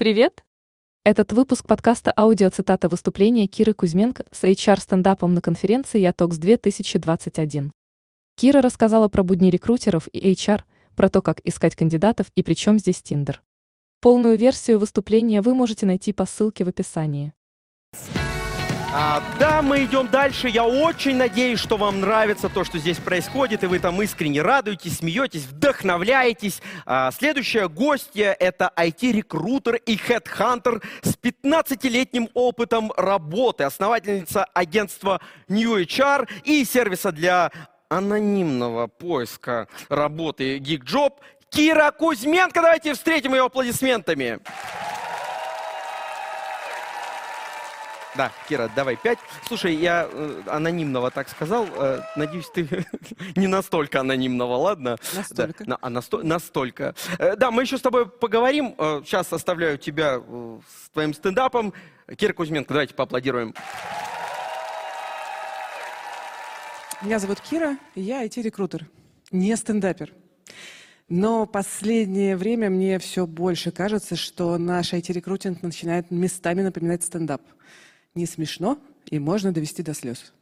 Привет! Этот выпуск подкаста аудиоцитата выступления Киры Кузьменко с HR-стендапом на конференции «Ятокс 2021». Кира рассказала про будни рекрутеров и HR, про то, как искать кандидатов и при чем здесь Тиндер. Полную версию выступления вы можете найти по ссылке в описании. Да, мы идем дальше. Я очень надеюсь, что вам нравится то, что здесь происходит, и вы там искренне радуетесь, смеетесь, вдохновляетесь. Следующая гостья — это IT-рекрутер и хедхантер с 15-летним опытом работы, основательница агентства New HR и сервиса для анонимного поиска работы GeekJob Кира Кузьменко. Давайте встретим ее аплодисментами. Да, Кира, давай 5. Слушай, я анонимного так сказал. Надеюсь, ты не настолько анонимного, ладно? Настолько. Да, настолько. Да, мы еще с тобой поговорим. Сейчас оставляю тебя с твоим стендапом. Кира Кузьменко, давайте поаплодируем. Меня зовут Кира, и я IT-рекрутер, не стендапер. Но последнее время мне все больше кажется, что наш IT-рекрутинг начинает местами напоминать стендап. Не смешно, и можно довести до слез.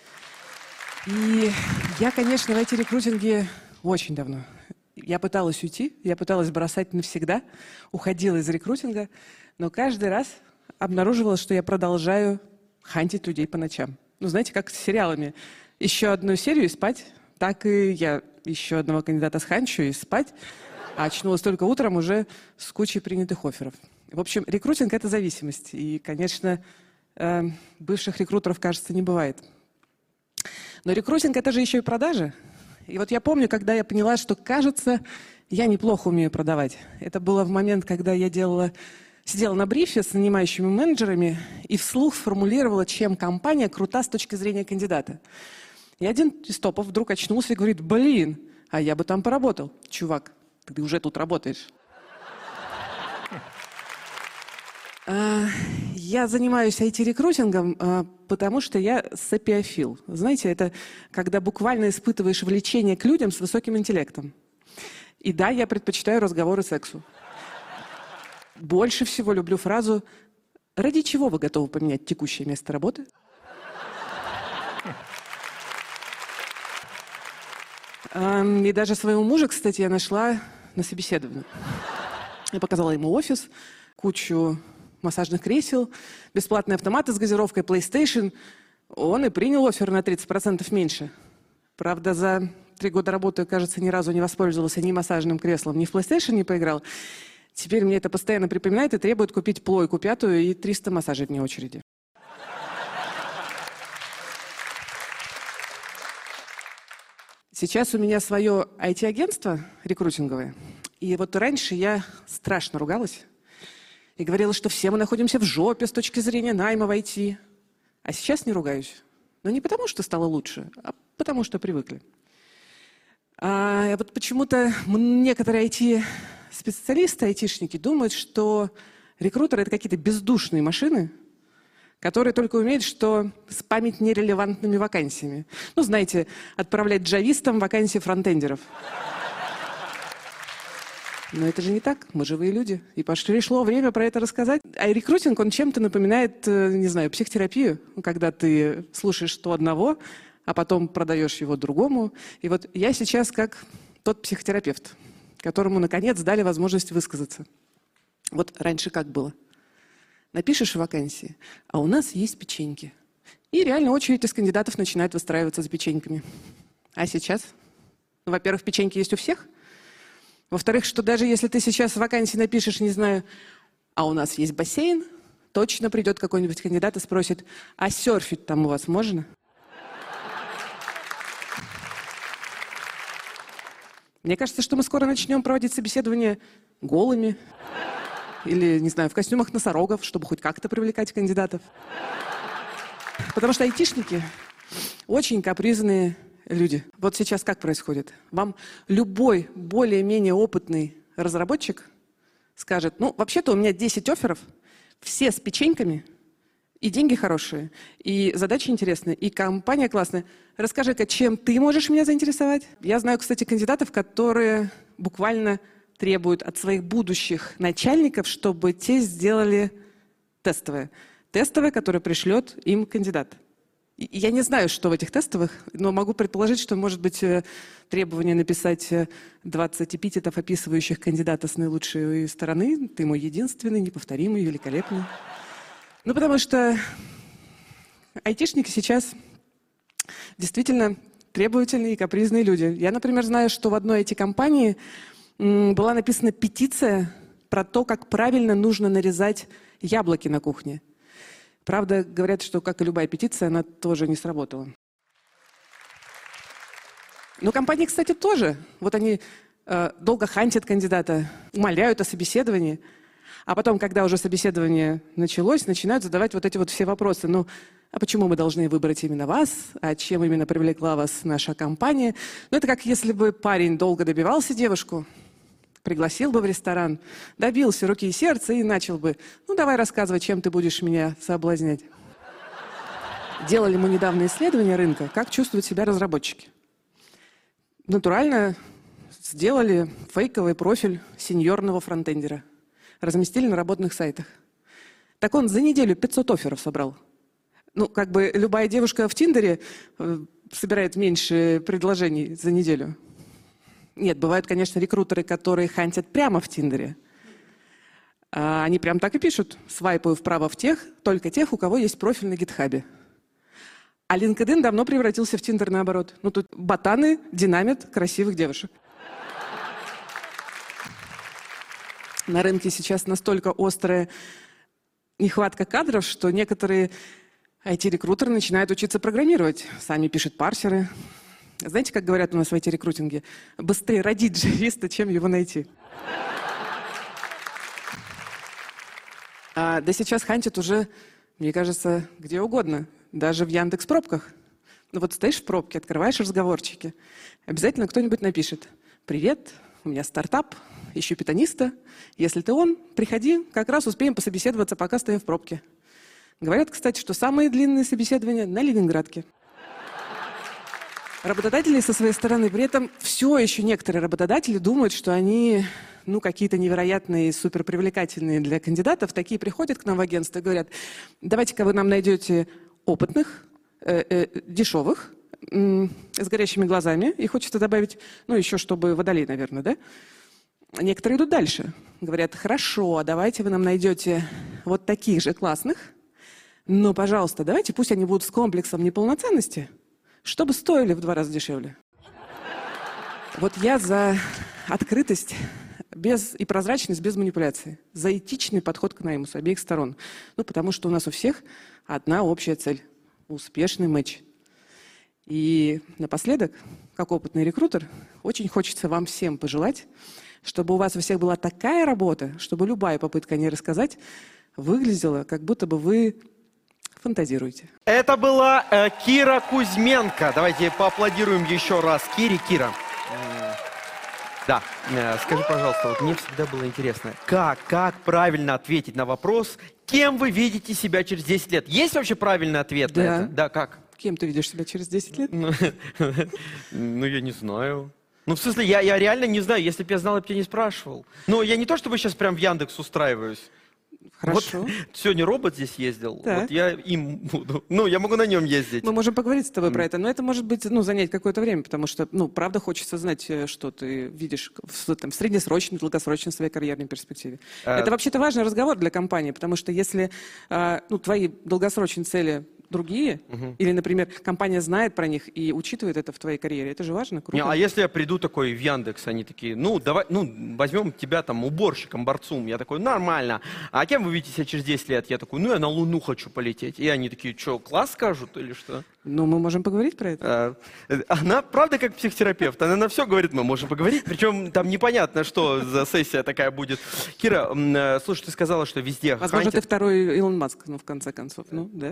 И я, конечно, в IT-рекрутинге очень давно. Я пыталась уйти, я пыталась бросать навсегда, уходила из рекрутинга, но каждый раз обнаруживала, что я продолжаю хантить людей по ночам. Ну, знаете, как с сериалами. Еще одну серию и спать, так и я еще одного кандидата сханчу и спать, а очнулась только утром уже с кучей принятых офферов. В общем, рекрутинг — это зависимость. И, конечно, бывших рекрутеров, кажется, не бывает. Но рекрутинг — это же еще и продажи. И вот я помню, когда я поняла, что, кажется, я неплохо умею продавать. Это было в момент, когда я сидела на брифе с нанимающими менеджерами и вслух формулировала, чем компания крута с точки зрения кандидата. И один из топов вдруг очнулся и говорит: «Блин, а я бы там поработал». Чувак, ты уже тут работаешь. Я занимаюсь IT-рекрутингом, потому что я сапиофил. Знаете, это когда буквально испытываешь влечение к людям с высоким интеллектом. И да, я предпочитаю разговоры сексу. Больше всего люблю фразу: «Ради чего вы готовы поменять текущее место работы?» И даже своего мужа, кстати, я нашла на собеседовании. Я показала ему офис, кучу массажных кресел, бесплатные автоматы с газировкой, PlayStation. Он и принял оффер на 30% меньше. Правда, за 3 года работы, кажется, ни разу не воспользовался ни массажным креслом, ни в PlayStation не поиграл. Теперь мне это постоянно припоминает и требует купить плойку 5-ю и 300 массажей вне очереди. Сейчас у меня свое IT-агентство рекрутинговое. И вот раньше я страшно ругалась и говорила, что все мы находимся в жопе с точки зрения найма в IT. А сейчас не ругаюсь. Но не потому, что стало лучше, а потому, что привыкли. Вот почему-то некоторые IT-специалисты, айтишники думают, что рекрутеры — это какие-то бездушные машины, которые только умеют что спамить нерелевантными вакансиями. Ну, знаете, отправлять джавистам вакансии фронтендеров. Но это же не так, мы живые люди. И пришло время про это рассказать. А рекрутинг, он чем-то напоминает, не знаю, психотерапию, когда ты слушаешь то одного, а потом продаешь его другому. И вот я сейчас как тот психотерапевт, которому, наконец, дали возможность высказаться. Вот раньше как было? Напишешь вакансии, а у нас есть печеньки. И реально очередь из кандидатов начинает выстраиваться за печеньками. А сейчас? Ну, во-первых, печеньки есть у всех. Во-вторых, что даже если ты сейчас в вакансии напишешь, не знаю, а у нас есть бассейн, точно придет какой-нибудь кандидат и спросит: а серфить там у вас можно? Мне кажется, что мы скоро начнем проводить собеседования голыми. Или, не знаю, в костюмах носорогов, чтобы хоть как-то привлекать кандидатов. Потому что айтишники очень капризные люди. Вот сейчас как происходит? Вам любой более-менее опытный разработчик скажет: ну, вообще-то у меня 10 офферов, все с печеньками, и деньги хорошие, и задачи интересные, и компания классная. Расскажи-ка, чем ты можешь меня заинтересовать? Я знаю, кстати, кандидатов, которые буквально требуют от своих будущих начальников, чтобы те сделали тестовое. Тестовое, которое пришлет им кандидат. Я не знаю, что в этих тестовых, но могу предположить, что может быть требование написать 20 эпитетов, описывающих кандидата с наилучшей стороны. Ты мой единственный, неповторимый, великолепный. Ну, потому что айтишники сейчас действительно требовательные и капризные люди. Я, например, знаю, что в одной IT-компании была написана петиция про то, как правильно нужно нарезать яблоки на кухне. Правда, говорят, что, как и любая петиция, она тоже не сработала. Но компании, кстати, тоже. Вот они долго хантят кандидата, умоляют о собеседовании. А потом, когда уже собеседование началось, начинают задавать вот эти вот все вопросы. Ну, а почему мы должны выбрать именно вас? А чем именно привлекла вас наша компания? Ну, это как если бы парень долго добивался девушку, пригласил бы в ресторан, добился руки и сердца и начал бы: ну, давай рассказывай, чем ты будешь меня соблазнять. Делали мы недавно исследование рынка, как чувствуют себя разработчики. Натурально сделали фейковый профиль сеньорного фронтендера. Разместили на работных сайтах. Так он за неделю 500 офферов собрал. Ну, как бы любая девушка в Тиндере собирает меньше предложений за неделю. Нет, бывают, конечно, рекрутеры, которые хантят прямо в Тиндере. Они прям так и пишут: свайпаю вправо только тех, у кого есть профиль на гитхабе. А LinkedIn давно превратился в Тиндер наоборот. Ну, тут ботаны динамят красивых девушек. На рынке сейчас настолько острая нехватка кадров, что некоторые IT-рекрутеры начинают учиться программировать. Сами пишут парсеры. Знаете, как говорят у нас в IT-рекрутинге? Быстрее родить джависта, чем его найти. Да сейчас хантят уже, мне кажется, где угодно. Даже в Яндекс.Пробках. Ну вот стоишь в пробке, открываешь разговорчики. Обязательно кто-нибудь напишет: «Привет, у меня стартап, ищу питониста. Если ты он, приходи, как раз успеем пособеседоваться, пока стоим в пробке». Говорят, кстати, что самые длинные собеседования на Ленинградке. Работодатели со своей стороны, при этом все еще некоторые работодатели думают, что они, ну, какие-то невероятные, суперпривлекательные для кандидатов. Такие приходят к нам в агентство и говорят: давайте-ка вы нам найдете опытных, дешевых, с горящими глазами. И хочется добавить, ну, еще чтобы водолей, наверное, да? Некоторые идут дальше. Говорят: хорошо, давайте вы нам найдете вот таких же классных, но, пожалуйста, давайте пусть они будут с комплексом неполноценности, чтобы стоили в 2 раза дешевле. Вот я за открытость и прозрачность без манипуляции. За этичный подход к найму с обеих сторон. Ну, потому что у нас у всех одна общая цель – успешный матч. И напоследок, как опытный рекрутер, очень хочется вам всем пожелать, чтобы у вас у всех была такая работа, чтобы любая попытка не рассказать выглядела, как будто бы вы фантазируете. Это была Кира Кузьменко. Давайте поаплодируем еще раз Кире. Кира, да, скажи, пожалуйста, вот мне всегда было интересно, как правильно ответить на вопрос, кем вы видите себя через 10 лет? Есть вообще правильный ответ на это? Да, как? Кем ты видишь себя через 10 лет? Ну, я не знаю. Ну, в смысле, я реально не знаю. Если бы я знал, я бы тебя не спрашивал. Но я не то, чтобы сейчас прям в Яндекс устраиваюсь. Хорошо. Вот сегодня робот здесь ездил, так. Вот я им буду. Ну, я могу на нем ездить. Мы можем поговорить с тобой про это, но это может быть, ну, занять какое-то время, потому что, ну, правда хочется знать, что ты видишь в среднесрочной, долгосрочной своей карьерной перспективе. Это вообще-то важный разговор для компании, потому что если твои долгосрочные цели другие, или, например, компания знает про них и учитывает это в твоей карьере, это же важно, круто. А если я приду такой в Яндекс, они такие: ну, давай, ну, возьмем тебя там уборщиком, борцом. Я такой: нормально. А кем вы видите себя через 10 лет? Я такой: ну, я на Луну хочу полететь. И они такие: что, класс скажут или что? Ну, мы можем поговорить про это. Она, правда, как психотерапевт, она на все говорит: мы можем поговорить. Причем там непонятно, что за сессия такая будет. Кира, слушай, ты сказала, что везде возможно, хантят. Ты второй Илон Маск, ну, в конце концов, ну, да?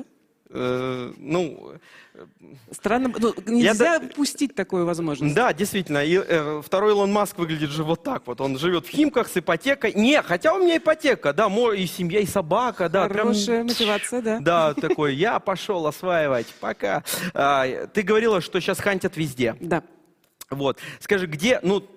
Странно, нельзя упустить такую возможность. Да, действительно. И, второй Илон Маск выглядит же вот так вот. Он живет в Химках с ипотекой. Не, хотя у меня ипотека, да, и семья, и собака, да. Хорошая мотивация, да. Да, такой: я пошел осваивать, пока. Ты говорила, что сейчас хантят везде. Да. Вот. Скажи, где, ну, ты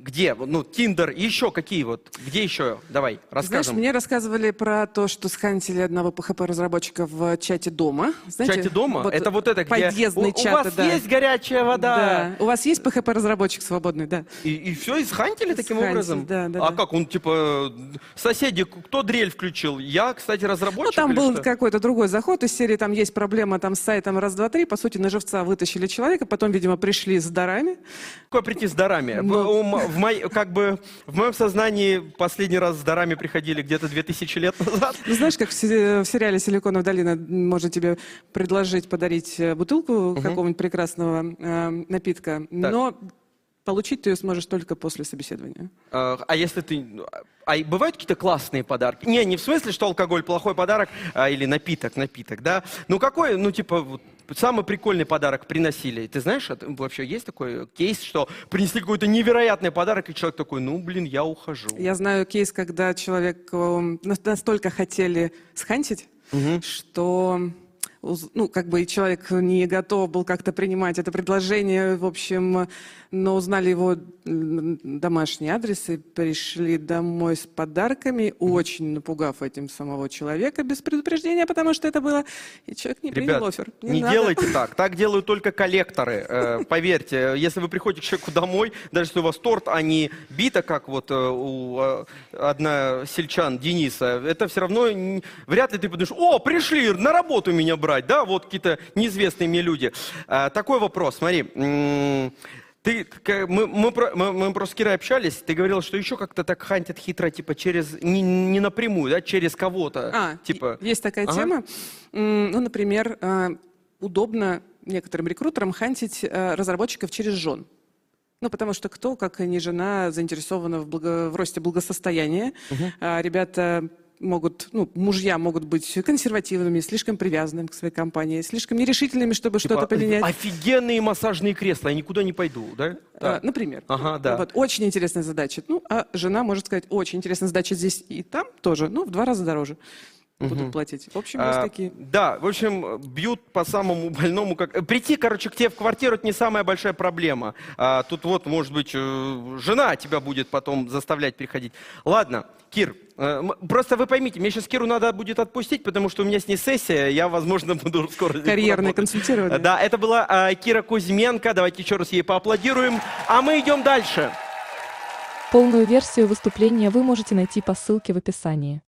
Где? Ну, Тиндер, еще какие вот? Где еще? Давай, рассказывай. Знаешь, мне рассказывали про то, что схантили одного PHP-разработчика в чате дома. Знаете, В чате дома? Это вот это, где подъездный чат, у вас да. есть горячая вода? Да. У вас есть PHP-разработчик свободный, да. И все, и схантили таким Схантили, образом? да, да, А да. как, он типа, соседи, кто дрель включил? Я, кстати, Ну, разработчик там или был что? какой-то другой заход из серии, там есть проблема там с сайтом раз, два, три. По сути, на живца вытащили человека, потом, видимо, пришли с дарами. Какое прийти с дарами? Ну. В моем сознании последний раз с дарами приходили где-то 2000 лет назад. Ну, знаешь, как в сериале «Силиконовая долина» можно тебе предложить подарить бутылку какого-нибудь прекрасного напитка, но получить ты ее сможешь только после собеседования. А если ты... А бывают какие-то классные подарки? Не в смысле, что алкоголь плохой подарок, или напиток, да? Ну какой, ну типа, вот, самый прикольный подарок приносили? Ты знаешь, вообще есть такой кейс, что принесли какой-то невероятный подарок, и человек такой, ну блин, я ухожу. Я знаю кейс, когда человек настолько хотели схантить, что... Ну, как бы и человек не готов был как-то принимать это предложение, в общем, но узнали его домашний адрес и пришли домой с подарками, очень напугав этим самого человека без предупреждения, потому что это было, и человек не принял Ребят, оффер. не надо. делайте так. Так делают только коллекторы. Поверьте, если вы приходите к человеку домой, даже если у вас торт, а не бита, как вот у односельчан Дениса, это все равно вряд ли ты подумаешь, о, пришли на работу меня брать. Да, вот какие-то неизвестные мне люди. Такой вопрос, смотри. Мы просто с Кирой общались, ты говорил, что еще как-то так хантят хитро, типа через, не напрямую, да, через кого-то. Типа... Есть такая тема. Ну, например, удобно некоторым рекрутерам хантить разработчиков через жен. Ну, потому что кто, как и не жена, заинтересована в росте благосостояния. Ребята... мужья могут быть консервативными, слишком привязанными к своей компании, слишком нерешительными, чтобы что-то поменять. Офигенные массажные кресла, я никуда не пойду, да? Например. Ага, да. Вот, очень интересная задача. Ну, а жена может сказать, очень интересная задача здесь и там тоже, в 2 раза дороже будут платить. В общем, есть такие. Да, в общем, бьют по самому больному. Прийти, короче, к тебе в квартиру — это не самая большая проблема. Тут вот, может быть, жена тебя будет потом заставлять приходить. Ладно, Кир, просто вы поймите, мне сейчас Киру надо будет отпустить, потому что у меня с ней сессия, я, возможно, буду скоро здесь Карьерное работать. консультирование. Да, это была Кира Кузьменко. Давайте еще раз ей поаплодируем. А мы идем дальше. Полную версию выступления вы можете найти по ссылке в описании.